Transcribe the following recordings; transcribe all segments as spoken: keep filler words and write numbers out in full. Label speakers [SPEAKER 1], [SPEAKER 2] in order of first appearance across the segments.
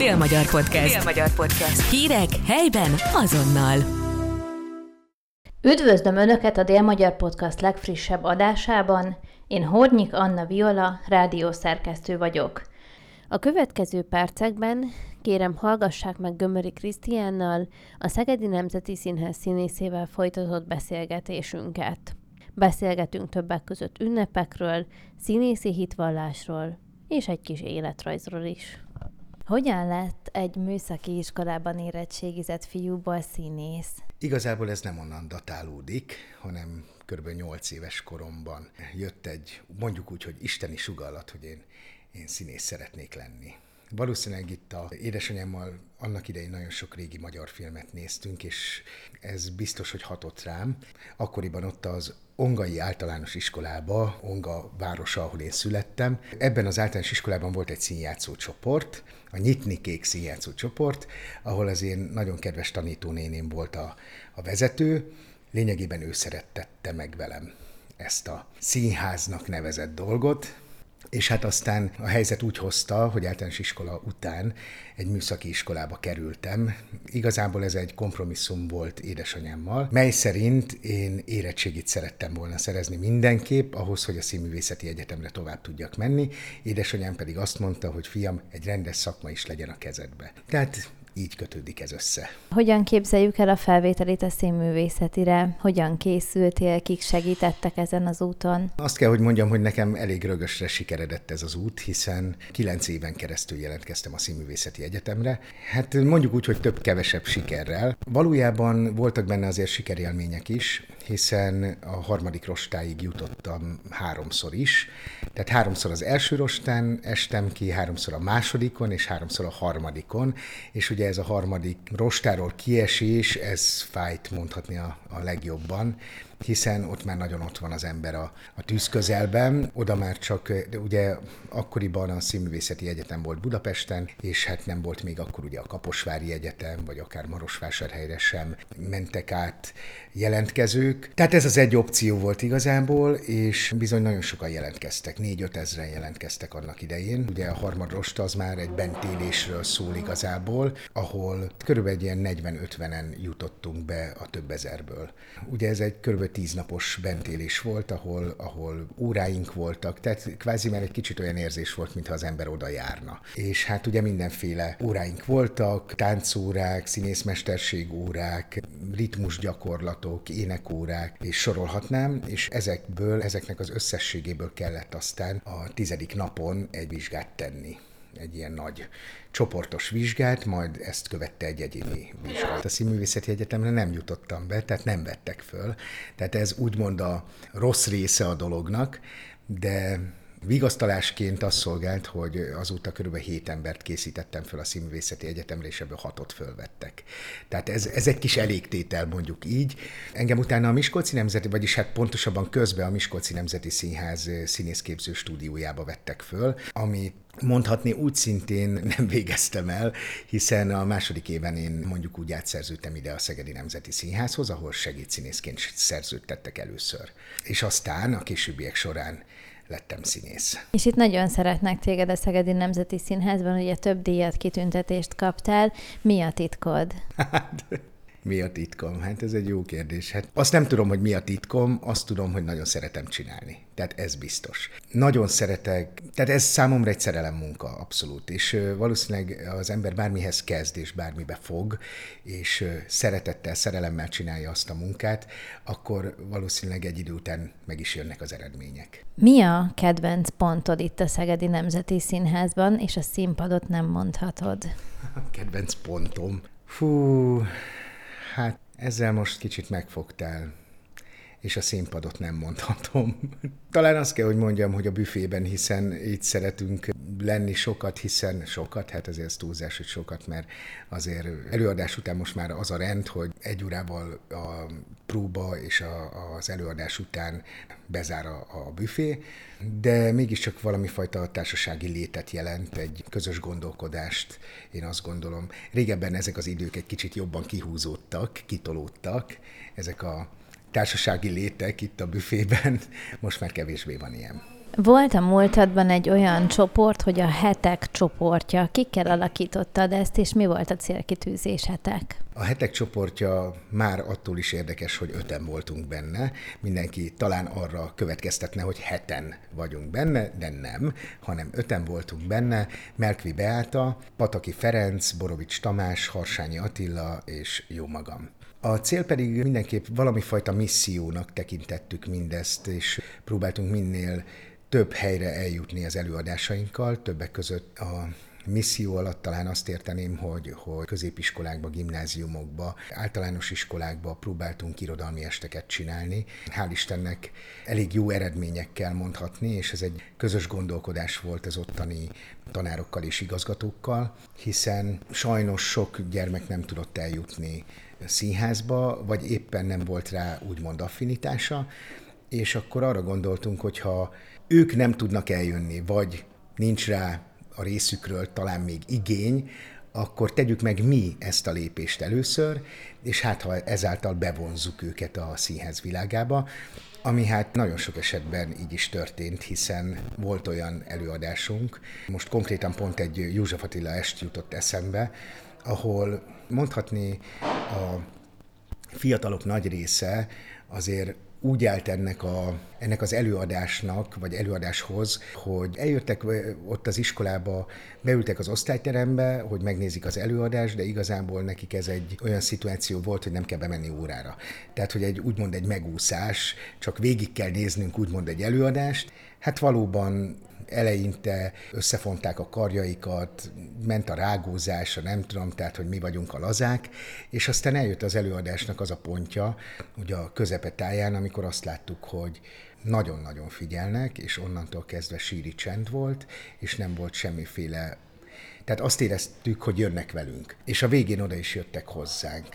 [SPEAKER 1] Dél-Magyar Podcast. Dél-Magyar Podcast. Hírek helyben azonnal.
[SPEAKER 2] Üdvözlöm Önöket a Dél-Magyar Podcast legfrissebb adásában. Én Hornyik Anna Viola, rádiószerkesztő vagyok. A következő percekben kérem hallgassák meg Gömöri Krisztiánnal, a Szegedi Nemzeti Színház színészével folytatott beszélgetésünket. Beszélgetünk többek között ünnepekről, színészi hitvallásról és egy kis életrajzról is. Hogyan lett egy műszaki iskolában érettségizett fiúból színész?
[SPEAKER 3] Igazából ez nem onnan datálódik, hanem kb. nyolc éves koromban jött egy, mondjuk úgy, hogy isteni sugallat, hogy én, én színész szeretnék lenni. Valószínűleg itt a édesanyámmal annak idején nagyon sok régi magyar filmet néztünk, és ez biztos, hogy hatott rám. Akkoriban ott az Ongai Általános Iskolába, Onga városa, ahol én születtem. Ebben az általános iskolában volt egy színjátszó csoport, a Nyitni Kék színjátszó csoport, ahol az én nagyon kedves tanítónéném volt a, a vezető. Lényegében ő szerettette meg velem ezt a színháznak nevezett dolgot, és hát aztán a helyzet úgy hozta, hogy általános iskola után egy műszaki iskolába kerültem. Igazából ez egy kompromisszum volt édesanyámmal, mely szerint én érettségit szerettem volna szerezni mindenképp, ahhoz, hogy a Színművészeti Egyetemre tovább tudjak menni. Édesanyám pedig azt mondta, hogy fiam, egy rendes szakma is legyen a kezedbe. Tehát így kötődik ez össze. Hogyan
[SPEAKER 2] képzeljük el a felvételit a színművészetire? Hogyan készültél, kik segítettek ezen az úton?
[SPEAKER 3] Azt kell, hogy mondjam, hogy nekem elég rögösre sikeredett ez az út, hiszen kilenc éven keresztül jelentkeztem a Színművészeti Egyetemre. Hát mondjuk úgy, hogy több-kevesebb sikerrel. Valójában voltak benne azért sikerélmények is, hiszen a harmadik rostáig jutottam háromszor is. Tehát háromszor az első rostán estem ki, háromszor a másodikon, és háromszor a harmadikon, és ugye ez a harmadik rostáról kiesés, ez fájt mondhatni a, a legjobban, hiszen ott már nagyon ott van az ember a, a tűz közelben, oda már csak, ugye akkoriban a Színművészeti Egyetem volt Budapesten, és hát nem volt még akkor ugye a Kaposvári Egyetem, vagy akár Marosvásárhelyre sem mentek át jelentkezők. Tehát ez az egy opció volt igazából, és bizony nagyon sokan jelentkeztek, négy-öt ezren jelentkeztek annak idején. Ugye a harmadrosta az már egy bentélésről szól igazából, ahol körülbelül ilyen negyven-ötvenen jutottunk be a több ezerből. Ugye ez egy körülbelül tíznapos bentélés volt, ahol, ahol óráink voltak, tehát kvázi már egy kicsit olyan érzés volt, mintha az ember oda járna. És hát ugye mindenféle óráink voltak, táncórák, színészmesterség órák, ritmusgyakorlatok, énekórák, és sorolhatnám, és ezekből, ezeknek az összességéből kellett aztán a tizedik napon egy vizsgát tenni. Egy ilyen nagy csoportos vizsgát, majd ezt követte egy egyéni vizsgát. A Színművészeti Egyetemre nem jutottam be, tehát nem vettek föl. Tehát ez úgymond a rossz része a dolognak, de vigasztalásként az szolgált, hogy azóta körülbelül hét embert készítettem föl a Színművészeti Egyetemre, és ebből hatot fölvettek. Tehát ez, ez egy kis elégtétel, mondjuk így. Engem utána a Miskolci Nemzeti, vagyis hát pontosabban közben a Miskolci Nemzeti Színház színészképző stúdiójába vettek föl, ami mondhatni úgy szintén nem végeztem el, hiszen a második éven én mondjuk úgy átszerződtem ide a Szegedi Nemzeti Színházhoz, ahol segédszínészként szerződtettek először. És aztán a későbbiek során lettem színész.
[SPEAKER 2] És itt nagyon szeretnek téged a Szegedi Nemzeti Színházban, ugye több díjat, kitüntetést kaptál. Mi a titkod?
[SPEAKER 3] Hát, mi a titkom? Hát ez egy jó kérdés. Hát azt nem tudom, hogy mi a titkom, azt tudom, hogy nagyon szeretem csinálni. Tehát ez biztos. Nagyon szeretek, tehát ez számomra egy szerelem munka, abszolút. És valószínűleg az ember bármihez kezd, és bármibe fog, és szeretettel, szerelemmel csinálja azt a munkát, akkor valószínűleg egy idő után meg is jönnek az eredmények.
[SPEAKER 2] Mi a kedvenc pontod itt a Szegedi Nemzeti Színházban, és a színpadot nem mondhatod?
[SPEAKER 3] A kedvenc pontom? Fú... Hát ezzel most kicsit megfogtál, és a színpadot nem mondhatom. Talán azt kell, hogy mondjam, hogy a büfében, hiszen itt szeretünk lenni sokat, hiszen sokat, hát ezért ez túlzás, hogy sokat, mert azért előadás után most már az a rend, hogy egy órával a próba és a, az előadás után bezár a, a büfé, de mégiscsak valami fajta társasági létet jelent, egy közös gondolkodást, én azt gondolom. Régebben ezek az idők egy kicsit jobban kihúzódtak, kitolódtak, ezek a társasági létek itt a büfében, most már kevésbé van ilyen.
[SPEAKER 2] Volt a múltadban egy olyan csoport, hogy a hetek csoportja. Kikkel alakítottad ezt, és mi volt a célkitűzésetek?
[SPEAKER 3] A hetek csoportja már attól is érdekes, hogy öten voltunk benne. Mindenki talán arra következtetne, hogy heten vagyunk benne, de nem, hanem öten voltunk benne. Melkvi Beáta, Pataki Ferenc, Borovics Tamás, Harsányi Attila és jó magam. A cél pedig mindenképp valami fajta missziónak tekintettük mindezt, és próbáltunk minél több helyre eljutni az előadásainkkal, többek között a misszió alatt talán azt érteném, hogy, hogy középiskolákba, gimnáziumokba, általános iskolákba próbáltunk irodalmi esteket csinálni. Hál' Istennek elég jó eredményekkel mondhatni, és ez egy közös gondolkodás volt az ottani tanárokkal és igazgatókkal, hiszen sajnos sok gyermek nem tudott eljutni színházba, vagy éppen nem volt rá úgymond affinitása, és akkor arra gondoltunk, hogy ha ők nem tudnak eljönni, vagy nincs rá a részükről talán még igény, akkor tegyük meg mi ezt a lépést először, és hát ha ezáltal bevonzzuk őket a színház világába, ami hát nagyon sok esetben így is történt, hiszen volt olyan előadásunk, most konkrétan pont egy József Attila est jutott eszembe, ahol mondhatni a fiatalok nagy része azért úgy állt ennek, a, ennek az előadásnak, vagy előadáshoz, hogy eljöttek ott az iskolába, beültek az osztályterembe, hogy megnézik az előadást, de igazából nekik ez egy olyan szituáció volt, hogy nem kell bemenni órára. Tehát, hogy egy úgymond egy megúszás, csak végig kell néznünk úgymond egy előadást. Hát valóban eleinte összefonták a karjaikat, ment a rágózás, a nem tudom, tehát, hogy mi vagyunk a lazák, és aztán eljött az előadásnak az a pontja, ugye a közepetáján, amikor azt láttuk, hogy nagyon-nagyon figyelnek, és onnantól kezdve síri csend volt, és nem volt semmiféle, tehát azt éreztük, hogy jönnek velünk. És a végén oda is jöttek hozzánk.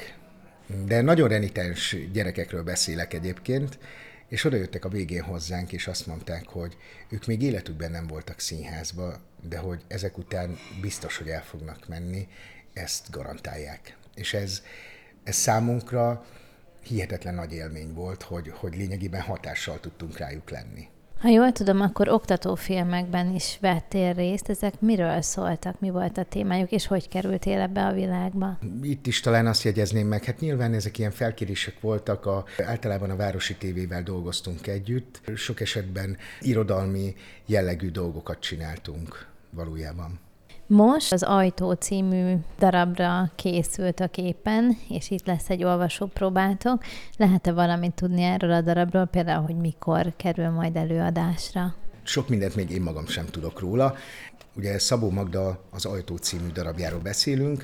[SPEAKER 3] De nagyon renitens gyerekekről beszélek egyébként, és oda jöttek a végén hozzánk, és azt mondták, hogy ők még életükben nem voltak színházba, de hogy ezek után biztos, hogy el fognak menni, ezt garantálják. És ez, ez számunkra hihetetlen nagy élmény volt, hogy, hogy lényegében hatással tudtunk rájuk lenni.
[SPEAKER 2] Ha jól tudom, akkor oktatófilmekben is vettél részt. Ezek miről szóltak, mi volt a témájuk, és hogy kerültél ebbe a világba?
[SPEAKER 3] Itt is talán azt jegyezném meg, hát nyilván ezek ilyen felkérések voltak, a, általában a Városi Tévével dolgoztunk együtt. Sok esetben irodalmi jellegű dolgokat csináltunk valójában.
[SPEAKER 2] Most az Ajtó című darabra készültök éppen, és itt lesz egy olvasópróbátok. Lehet-e valamit tudni erről a darabról, például, hogy mikor kerül majd előadásra?
[SPEAKER 3] Sok mindent még én magam sem tudok róla. Ugye Szabó Magda az Ajtó című darabjáról beszélünk,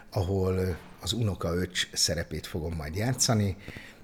[SPEAKER 3] ahol az unokaöcs szerepét fogom majd játszani,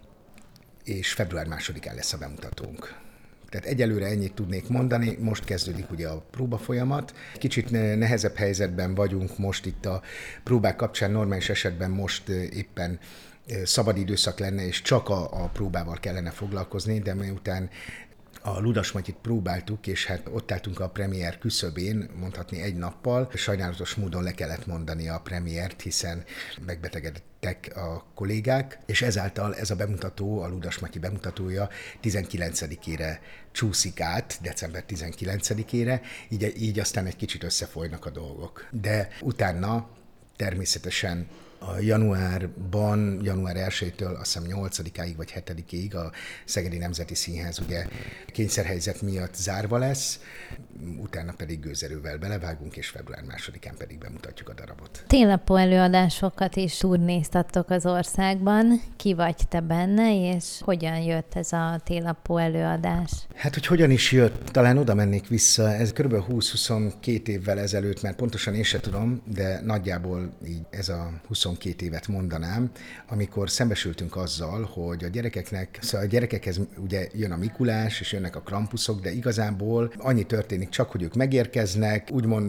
[SPEAKER 3] és február másodikán lesz a bemutatónk. Tehát egyelőre ennyit tudnék mondani, most kezdődik ugye a próbafolyamat. Kicsit nehezebb helyzetben vagyunk most itt a próbák kapcsán, normális esetben most éppen szabad időszak lenne, és csak a, a próbával kellene foglalkozni, de miután a Ludas Matyit próbáltuk, és hát ott álltunk a premier küszöbén, mondhatni egy nappal. Sajnálatos módon le kellett mondani a premiért, hiszen megbetegedtek a kollégák, és ezáltal ez a bemutató, a Ludas Matyi bemutatója tizenkilencedikére csúszik át, december tizenkilencedikére, így, így aztán egy kicsit összefolynak a dolgok. De utána természetesen a januárban, január elsejétől azt hiszem nyolcadikáig vagy hetedikéig a Szegedi Nemzeti Színház ugye kényszerhelyzet miatt zárva lesz, utána pedig gőzerővel belevágunk, és február másodikán pedig bemutatjuk a darabot.
[SPEAKER 2] Télapó előadásokat is turnéztattok az országban. Ki vagy te benne, és hogyan jött ez a télapó előadás?
[SPEAKER 3] Hát, hogy hogyan is jött, talán oda mennék vissza, ez kb. húsz-huszonkettő évvel ezelőtt, mert pontosan én se tudom, de nagyjából így ez a huszonkét évet mondanám, amikor szembesültünk azzal, hogy a gyerekeknek, szóval a gyerekekhez ugye jön a Mikulás, és jönnek a Krampuszok, de igazából annyi történik csak, hogy ők megérkeznek, úgymond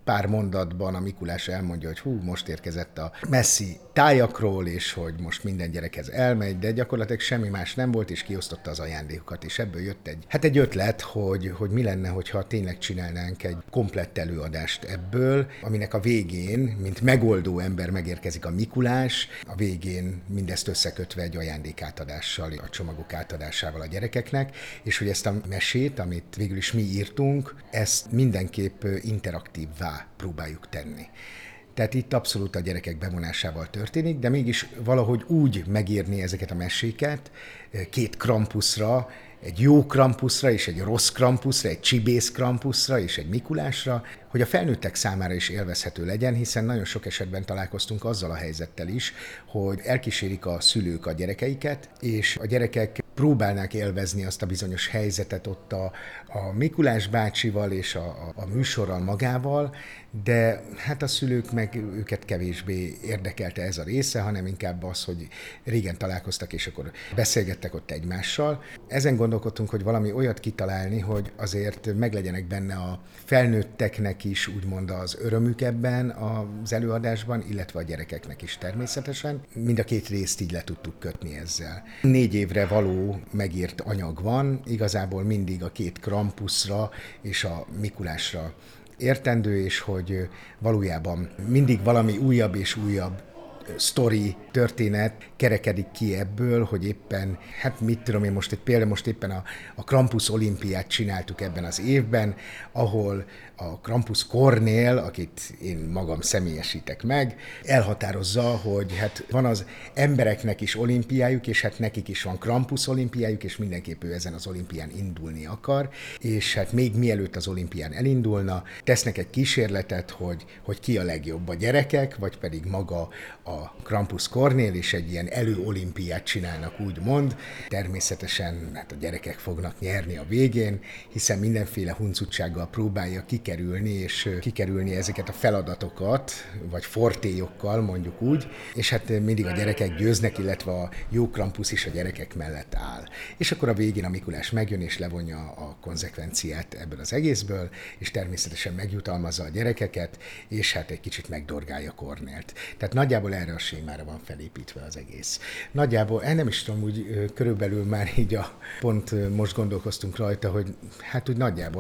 [SPEAKER 3] pár mondatban a Mikulás elmondja, hogy hú, most érkezett a messzi tájakról, és hogy most minden gyerekhez elmegy, de gyakorlatilag semmi más nem volt, és kiosztotta az ajándékokat, és ebből jött egy, hát egy ötlet, hogy, hogy mi lenne, hogyha tényleg csinálnánk egy komplett előadást ebből, aminek a végén, mint megoldó ember megérkezik a Mikulás, a végén mindezt összekötve egy ajándékátadással, a csomagok átadásával a gyerekeknek, és hogy ezt a mesét, amit végül is mi írtunk, ezt mindenképp interaktívvá próbáljuk tenni. Tehát itt abszolút a gyerekek bevonásával történik, de mégis valahogy úgy megírni ezeket a meséket két Krampuszra, egy jó Krampuszra és egy rossz Krampuszra, egy csibész Krampuszra és egy Mikulásra, hogy a felnőttek számára is élvezhető legyen, hiszen nagyon sok esetben találkoztunk azzal a helyzettel is, hogy elkísérik a szülők a gyerekeiket, és a gyerekek próbálnák élvezni azt a bizonyos helyzetet ott a, a Mikulás bácsival és a, a, a műsorral magával, de hát a szülők meg őket kevésbé érdekelte ez a része, hanem inkább az, hogy régen találkoztak, és akkor beszélgettek ott egymással. Ezen gondolkodtunk, hogy valami olyat kitalálni, hogy azért meglegyenek benne a felnőtteknek is úgymond az örömük ebben az előadásban, illetve a gyerekeknek is természetesen. Mind a két részt így le tudtuk kötni ezzel. Négy évre való megírt anyag van, igazából mindig a két Krampuszra és a Mikulásra értendő, és hogy valójában mindig valami újabb és újabb sztori, történet kerekedik ki ebből, hogy éppen, hát mit tudom én most, egy példa, most éppen a, a Krampus olimpiát csináltuk ebben az évben, ahol a Krampus Kornél, akit én magam személyesítek meg, elhatározza, hogy hát van az embereknek is olimpiájuk, és hát nekik is van Krampus olimpiájuk, és mindenképp ő ezen az olimpián indulni akar, és hát még mielőtt az olimpián elindulna, tesznek egy kísérletet, hogy, hogy ki a legjobb, a gyerekek, vagy pedig maga a Krampus Kornél, és egy ilyen előolimpiát csinálnak, úgymond. Természetesen hát a gyerekek fognak nyerni a végén, hiszen mindenféle huncutsággal próbálja kikerülni, és kikerülni ezeket a feladatokat, vagy fortélyokkal, mondjuk úgy, és hát mindig a gyerekek győznek, illetve a jó Krampus is a gyerekek mellett áll. És akkor a végén a Mikulás megjön, és levonja a konzekvenciát ebből az egészből, és természetesen megjutalmazza a gyerekeket, és hát egy kicsit megdorgálja Kornélt. Tehát nagyjából erre a sémára van felépítve az egész. Nagyjából, nem is tudom, úgy körülbelül már így a pont most gondolkoztunk rajta, hogy hát úgy nagyjából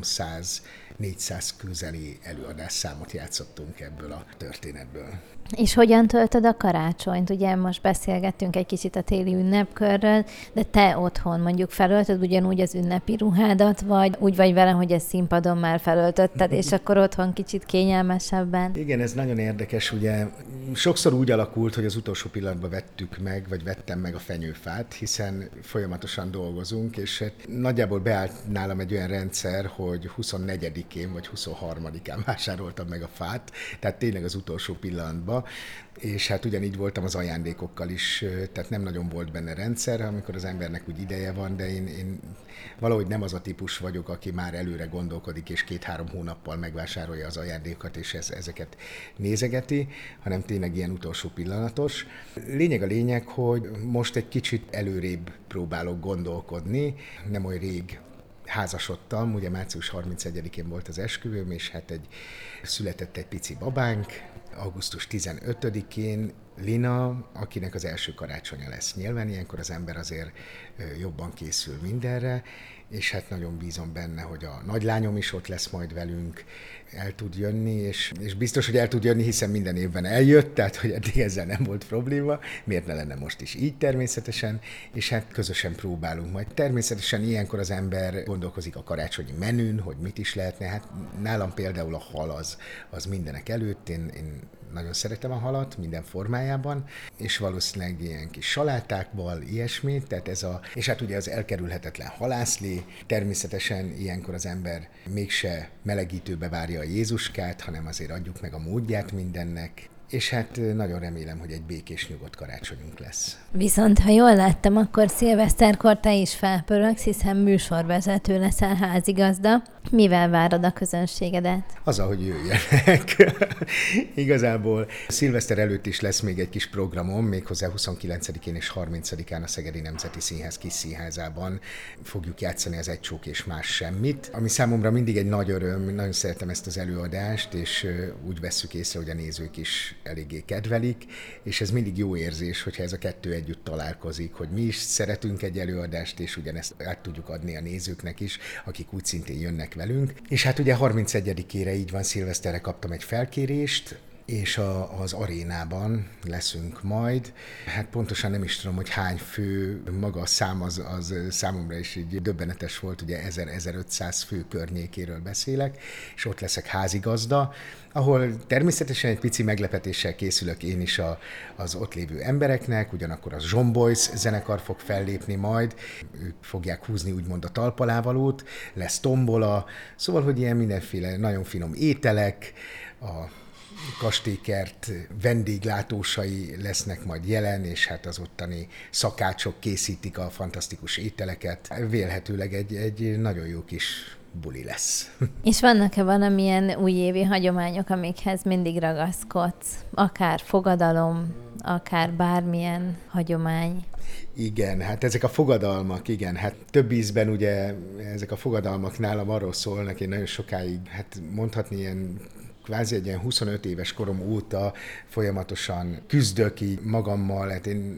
[SPEAKER 3] háromszáz-négyszáz közeli előadásszámot játszottunk ebből a történetből.
[SPEAKER 2] És hogyan töltöd a karácsonyt? Ugye most beszélgettünk egy kicsit a téli ünnepkörről, de te otthon mondjuk felöltöd ugyanúgy az ünnepi ruhádat, vagy úgy vagy vele, hogy ezt színpadon már felöltötted, és akkor otthon kicsit kényelmesebben?
[SPEAKER 3] Igen, ez nagyon érdekes, ugye sokszor úgy alakult, hogy az utolsó pillanatban vettük meg, vagy vettem meg a fenyőfát, hiszen folyamatosan dolgozunk, és nagyjából beállt nálam egy olyan rendszer, hogy huszonnegyedikén vagy huszonharmadikán vásároltam meg a fát, tehát tényleg az utolsó pillanatban, és hát ugyanígy voltam az ajándékokkal is, tehát nem nagyon volt benne rendszer, amikor az embernek úgy ideje van, de én, én valahogy nem az a típus vagyok, aki már előre gondolkodik, és két-három hónappal megvásárolja az ajándékokat, és ez, ezeket nézegeti, hanem tényleg ilyen utolsó pillanatos. Lényeg a lényeg, hogy most egy kicsit előrébb próbálok gondolkodni, nem olyan rég házasodtam, ugye március harmincegyedikén volt az esküvőm, és hát egy, született egy pici babánk, augusztus tizenötödikén Lina, akinek az első karácsonya lesz. Nyilván ilyenkor az ember azért jobban készül mindenre, és hát nagyon bízom benne, hogy a nagylányom is ott lesz majd velünk, el tud jönni, és, és biztos, hogy el tud jönni, hiszen minden évben eljött, tehát hogy eddig ezzel nem volt probléma, miért ne lenne most is így természetesen, és hát közösen próbálunk majd. Természetesen ilyenkor az ember gondolkozik a karácsonyi menün, hogy mit is lehetne, hát nálam például a hal az, az mindenek előtt, én, én nagyon szeretem a halat minden formájában, és valószínűleg ilyen kis salátákból, ilyesmi, tehát ez a, és hát ugye az elkerülhetetlen halászlé, természetesen ilyenkor az ember mégse melegítőbe várja a Jézuskát, hanem azért adjuk meg a módját mindennek, és hát nagyon remélem, hogy egy békés, nyugodt karácsonyunk lesz.
[SPEAKER 2] Viszont, ha jól láttam, akkor szilveszterkor te is felpörögsz, hiszen műsorvezető leszel, házigazda. Mivel várod a közönségedet?
[SPEAKER 3] Azzal, hogy jöjjenek. Igazából szilveszter előtt is lesz még egy kis programom, méghozzá huszonkilencedikén és harmincadikán a Szegedi Nemzeti Színház kis színházában fogjuk játszani az Egy csók és más semmit, ami számomra mindig egy nagy öröm, nagyon szeretem ezt az előadást, és úgy vesszük észre, hogy a nézők is eléggé kedvelik, és ez mindig jó érzés, hogyha ez a kettő együtt találkozik, hogy mi is szeretünk egy előadást, és ugyanezt át tudjuk adni a nézőknek is, akik úgy szintén jönnek velünk. És hát ugye harmincegyedikére így van, szilveszterre kaptam egy felkérést, és a, az arénában leszünk majd. Hát pontosan nem is tudom, hogy hány fő, maga a szám az, az számomra is így döbbenetes volt, ugye ezer-ezerötszáz fő környékéről beszélek, és ott leszek házigazda, ahol természetesen egy pici meglepetéssel készülök én is a, az ott lévő embereknek, ugyanakkor az Zsomboys zenekar fog fellépni majd, ők fogják húzni úgymond a talpalávalót, lesz tombola, szóval, hogy ilyen mindenféle nagyon finom ételek, a kastélykert vendéglátósai lesznek majd jelen, és hát az ottani szakácsok készítik a fantasztikus ételeket. Vélhetőleg egy, egy nagyon jó kis buli lesz.
[SPEAKER 2] És vannak-e valamilyen újévi hagyományok, amikhez mindig ragaszkodsz? Akár fogadalom, akár bármilyen hagyomány?
[SPEAKER 3] Igen, hát ezek a fogadalmak, igen, hát több ízben ugye ezek a fogadalmak nálam arról szólnak, én nagyon sokáig, hát mondhatni ilyen kvázi egy ilyen huszonöt éves korom óta folyamatosan küzdök így magammal, hát én,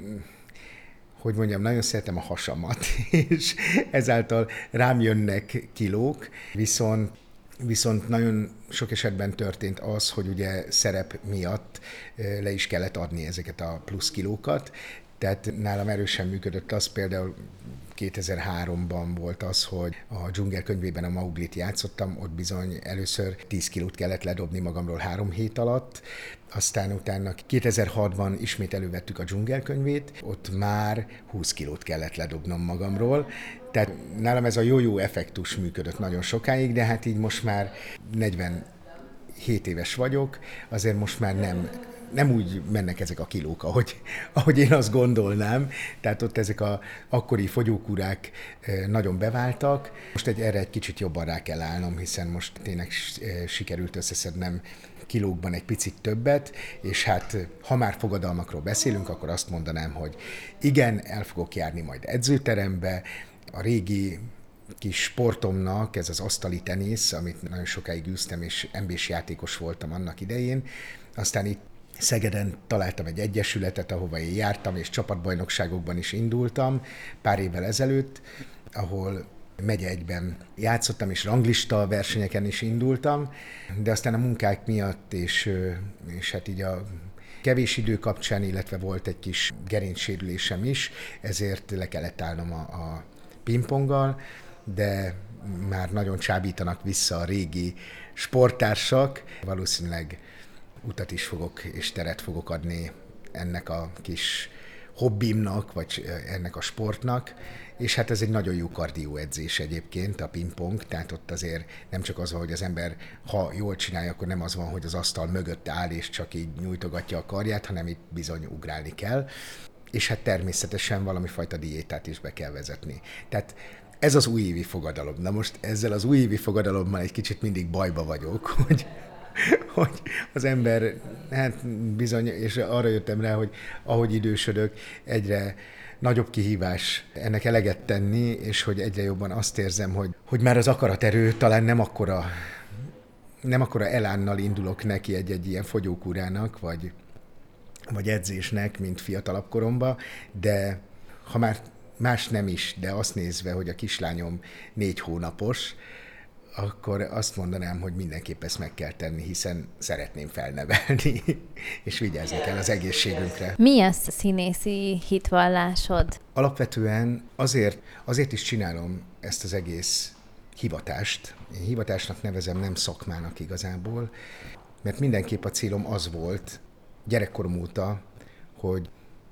[SPEAKER 3] hogy mondjam, nagyon szeretem a hasamat, és ezáltal rám jönnek kilók, viszont, viszont nagyon sok esetben történt az, hogy ugye szerep miatt le is kellett adni ezeket a plusz kilókat, tehát nálam erősen működött az, például kétezer-háromban volt az, hogy a Dzsungel könyvében a Mauglit játszottam, ott bizony először tíz kilót kellett ledobni magamról három hét alatt, aztán utána kétezer-hatban ismét elővettük a Dzsungel könyvét, ott már húsz kilót kellett ledobnom magamról, tehát nálam ez a jó-jó effektus működött nagyon sokáig, de hát így most már negyvenhét éves vagyok, azért most már nem nem úgy mennek ezek a kilók, ahogy, ahogy én azt gondolnám. Tehát ott ezek az akkori fogyókúrák nagyon beváltak. Most egy, erre egy kicsit jobban rá kell állnom, hiszen most tényleg sikerült összeszednem kilókban egy picit többet, és hát ha már fogadalmakról beszélünk, akkor azt mondanám, hogy igen, el fogok járni majd edzőterembe, a régi kis sportomnak, ez az asztali tenisz, amit nagyon sokáig űztem, és en bés játékos voltam annak idején, aztán itt Szegeden találtam egy egyesületet, ahova én jártam, és csapatbajnokságokban is indultam pár évvel ezelőtt, ahol megye egyben játszottam, és ranglista versenyeken is indultam, de aztán a munkák miatt, és, és hát így a kevés idő kapcsán, illetve volt egy kis gerincsérülésem is, ezért le kellett állnom a, a pingponggal, de már nagyon csábítanak vissza a régi sporttársak, valószínűleg utat is fogok és teret fogok adni ennek a kis hobbimnak, vagy ennek a sportnak, és hát ez egy nagyon jó kardióedzés egyébként, a pingpong, tehát ott azért nem csak az van, hogy az ember, ha jól csinálja, akkor nem az van, hogy az asztal mögött áll, és csak így nyújtogatja a karját, hanem itt bizony ugrálni kell, és hát természetesen valami fajta diétát is be kell vezetni. Tehát ez az újévi fogadalom. Na most ezzel az újévi fogadalommal egy kicsit mindig bajba vagyok, hogy hogy az ember, hát bizony, és arra jöttem rá, hogy ahogy idősödök, egyre nagyobb kihívás ennek eleget tenni, és hogy egyre jobban azt érzem, hogy, hogy már az akaraterő talán nem akkora, nem akkora elánnal indulok neki egy-egy ilyen fogyókúrának, vagy, vagy edzésnek, mint fiatalabb koromban, de ha már más nem is, de azt nézve, hogy a kislányom négy hónapos, akkor azt mondanám, hogy mindenképp ezt meg kell tenni, hiszen szeretném felnevelni, és vigyázni kell az egészségünkre.
[SPEAKER 2] Mi a színészi hitvallásod?
[SPEAKER 3] Alapvetően azért, azért is csinálom ezt az egész hivatást. Én hivatásnak nevezem, nem szakmának igazából, mert mindenképp a célom az volt, gyerekkorom óta, hogy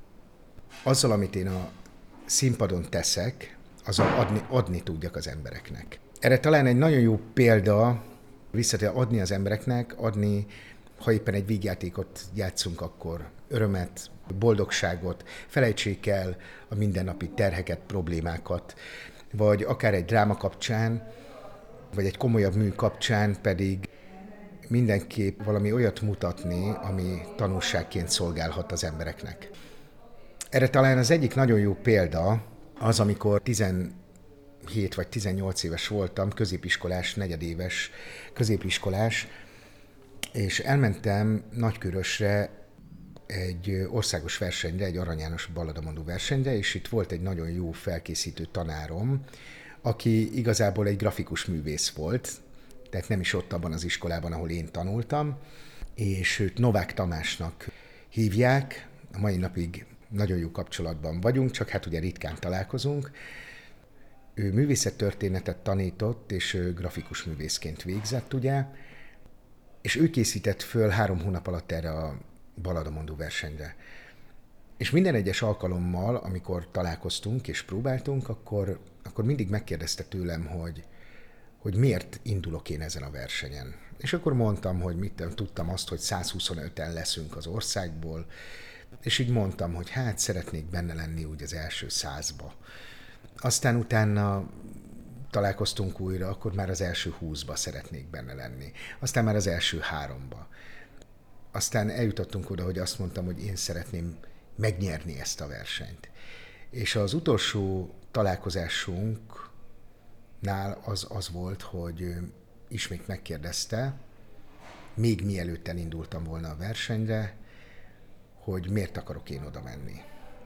[SPEAKER 3] azzal, amit én a színpadon teszek, azzal adni, adni tudjak az embereknek. Erre talán egy nagyon jó példa, visszatér adni az embereknek, adni ha éppen egy vígjátékot játszunk, akkor örömet, boldogságot, felejtsék el a mindennapi terheket, problémákat, vagy akár egy dráma kapcsán, vagy egy komolyabb mű kapcsán pedig mindenképp valami olyat mutatni, ami tanulságként szolgálhat az embereknek. Erre talán az egyik nagyon jó példa az, amikor tizenhét vagy tizennyolc éves voltam, középiskolás, negyedéves középiskolás, és elmentem Nagykörösre egy országos versenyre, egy Arany János balladamondó versenyre, és itt volt egy nagyon jó felkészítő tanárom, aki igazából egy grafikus művész volt, tehát nem is ott abban az iskolában, ahol én tanultam, és őt Novák Tamásnak hívják, a mai napig nagyon jó kapcsolatban vagyunk, csak hát ugye ritkán találkozunk. Ő művészettörténetet tanított, és ő grafikus művészként végzett, ugye, és ő készített föl három hónap alatt erre a balladamondó versenyre. És minden egyes alkalommal, amikor találkoztunk és próbáltunk, akkor, akkor mindig megkérdezte tőlem, hogy, hogy miért indulok én ezen a versenyen. És akkor mondtam, hogy mit tudtam azt, hogy száz huszonöten leszünk az országból, és így mondtam, hogy hát szeretnék benne lenni úgy az első százba. Aztán utána találkoztunk újra, akkor már az első húszba szeretnék benne lenni. Aztán már az első háromba. Aztán eljutottunk oda, hogy azt mondtam, hogy én szeretném megnyerni ezt a versenyt. És az utolsó találkozásunknál az, az volt, hogy ismét megkérdezte, még mielőtt elindultam volna a versenyre, hogy miért akarok én oda menni.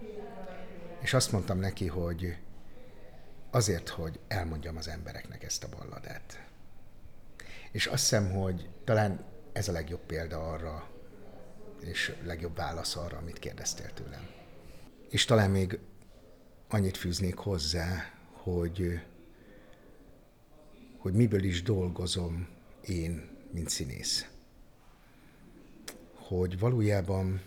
[SPEAKER 3] És azt mondtam neki, hogy azért, hogy elmondjam az embereknek ezt a balladát. És azt hiszem, hogy talán ez a legjobb példa arra, és legjobb válasz arra, amit kérdeztél tőlem. És talán még annyit fűznék hozzá, hogy, hogy miből is dolgozom én, mint színész. Hogy valójában,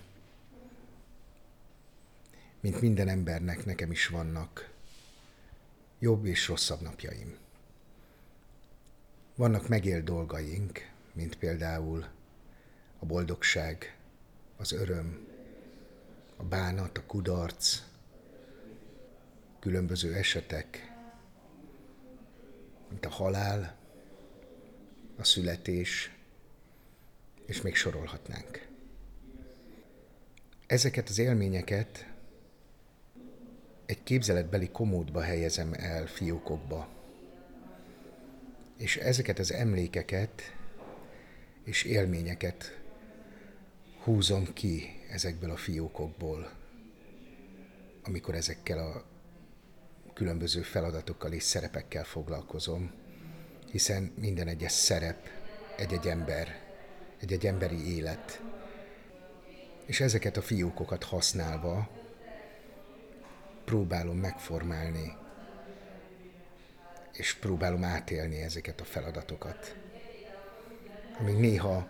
[SPEAKER 3] mint minden embernek, nekem is vannak jobb és rosszabb napjaim. Vannak megélt dolgaink, mint például a boldogság, az öröm, a bánat, a kudarc, különböző esetek, mint a halál, a születés, és még sorolhatnánk. Ezeket az élményeket egy képzeletbeli komódba helyezem el fiókokba, és ezeket az emlékeket és élményeket húzom ki ezekből a fiókokból, amikor ezekkel a különböző feladatokkal és szerepekkel foglalkozom, hiszen minden egyes szerep egy-egy ember, egy-egy emberi élet, és ezeket a fiókokat használva próbálom megformálni, és próbálom átélni ezeket a feladatokat, ami néha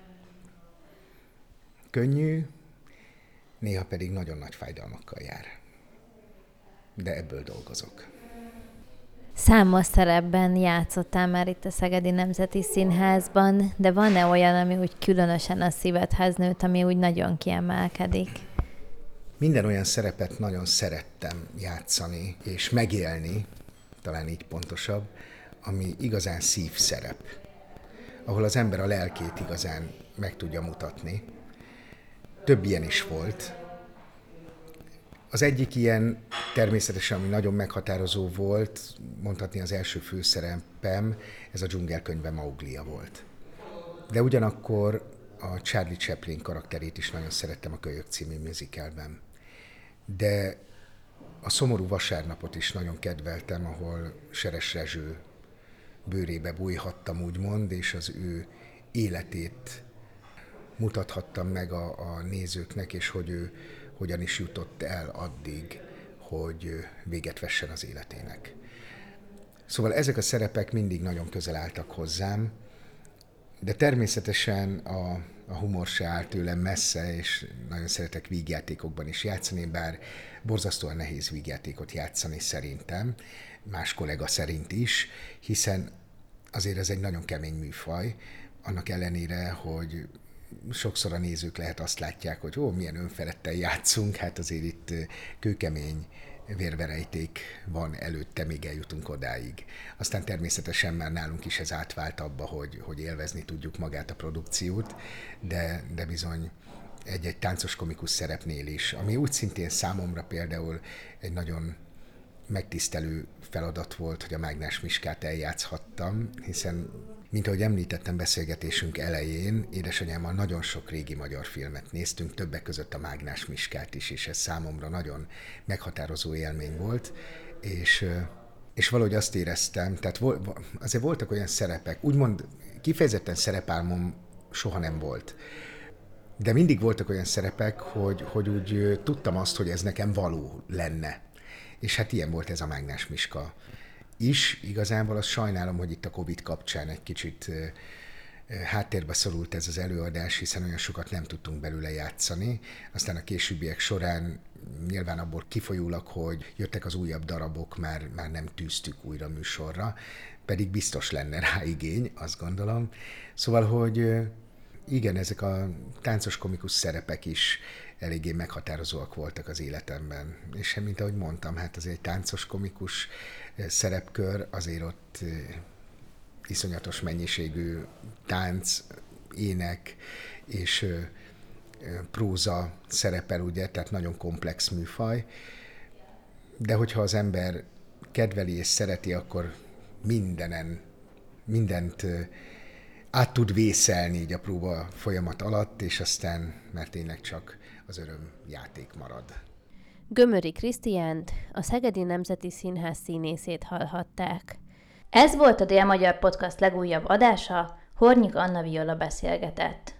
[SPEAKER 3] könnyű, néha pedig nagyon nagy fájdalmakkal jár. De ebből dolgozok.
[SPEAKER 2] Számos szerepben játszottál már itt a Szegedi Nemzeti Színházban, de van-e olyan, ami úgy különösen a szívedhez nőtt, ami úgy nagyon kiemelkedik?
[SPEAKER 3] Minden olyan szerepet nagyon szerettem játszani és megélni, talán így pontosabb, ami igazán szívszerep, ahol az ember a lelkét igazán meg tudja mutatni. Több ilyen is volt. Az egyik ilyen természetesen, ami nagyon meghatározó volt, mondhatni az első főszerepem, ez a Dzsungelkönyve Mauglia volt. De ugyanakkor a Charlie Chaplin karakterét is nagyon szerettem a Kölyök című musicalben. De a Szomorú vasárnapot is nagyon kedveltem, ahol Seres Rezső bőrébe bújhattam, úgymond, és az ő életét mutathattam meg a, a nézőknek, és hogy ő hogyan is jutott el addig, hogy véget vessen az életének. Szóval ezek a szerepek mindig nagyon közel álltak hozzám, de természetesen a, a humor se áll tőlem messze, és nagyon szeretek vígjátékokban is játszani, bár borzasztóan nehéz vígjátékot játszani szerintem, más kollega szerint is, hiszen azért ez egy nagyon kemény műfaj, annak ellenére, hogy sokszor a nézők lehet azt látják, hogy ó, milyen önfeledten játszunk, hát azért itt kőkemény vérverejték van előtte, még eljutunk odáig. Aztán természetesen már nálunk is ez átvált abba, hogy, hogy élvezni tudjuk magát a produkciót, de, de bizony egy-egy táncos komikus szerepnél is, ami úgy szintén számomra például egy nagyon megtisztelő feladat volt, hogy a Mágnás Miskát eljátszhattam, hiszen, mint ahogy említettem beszélgetésünk elején, édesanyámmal nagyon sok régi magyar filmet néztünk, többek között a Mágnás Miskát is, és ez számomra nagyon meghatározó élmény volt, és, és valahogy azt éreztem, tehát azért voltak olyan szerepek, úgymond kifejezetten szerepálmom soha nem volt, de mindig voltak olyan szerepek, hogy, hogy úgy tudtam azt, hogy ez nekem való lenne. És hát ilyen volt ez a Mágnás Miska is. Igazából azt sajnálom, hogy itt a Covid kapcsán egy kicsit háttérbe szorult ez az előadás, hiszen olyan sokat nem tudtunk belőle játszani. Aztán a későbbiek során nyilván abból kifolyólag, hogy jöttek az újabb darabok, már, már nem tűztük újra műsorra, pedig biztos lenne rá igény, azt gondolom. Szóval, hogy igen, ezek a táncos komikus szerepek is eléggé meghatározóak voltak az életemben. És mint ahogy mondtam, hát azért egy táncos komikus szerepkör, azért ott iszonyatos mennyiségű tánc, ének és próza szerepel, ugye, tehát nagyon komplex műfaj. De hogyha az ember kedveli és szereti, akkor mindenen, mindent át tud vészelni így a próba folyamat alatt, és aztán már tényleg csak az öröm játék marad.
[SPEAKER 2] Gömöri Krisztiánt, a Szegedi Nemzeti Színház színészét hallhatták. Ez volt a Dél-Magyar Podcast legújabb adása, Hornyik Anna Viola beszélgetett.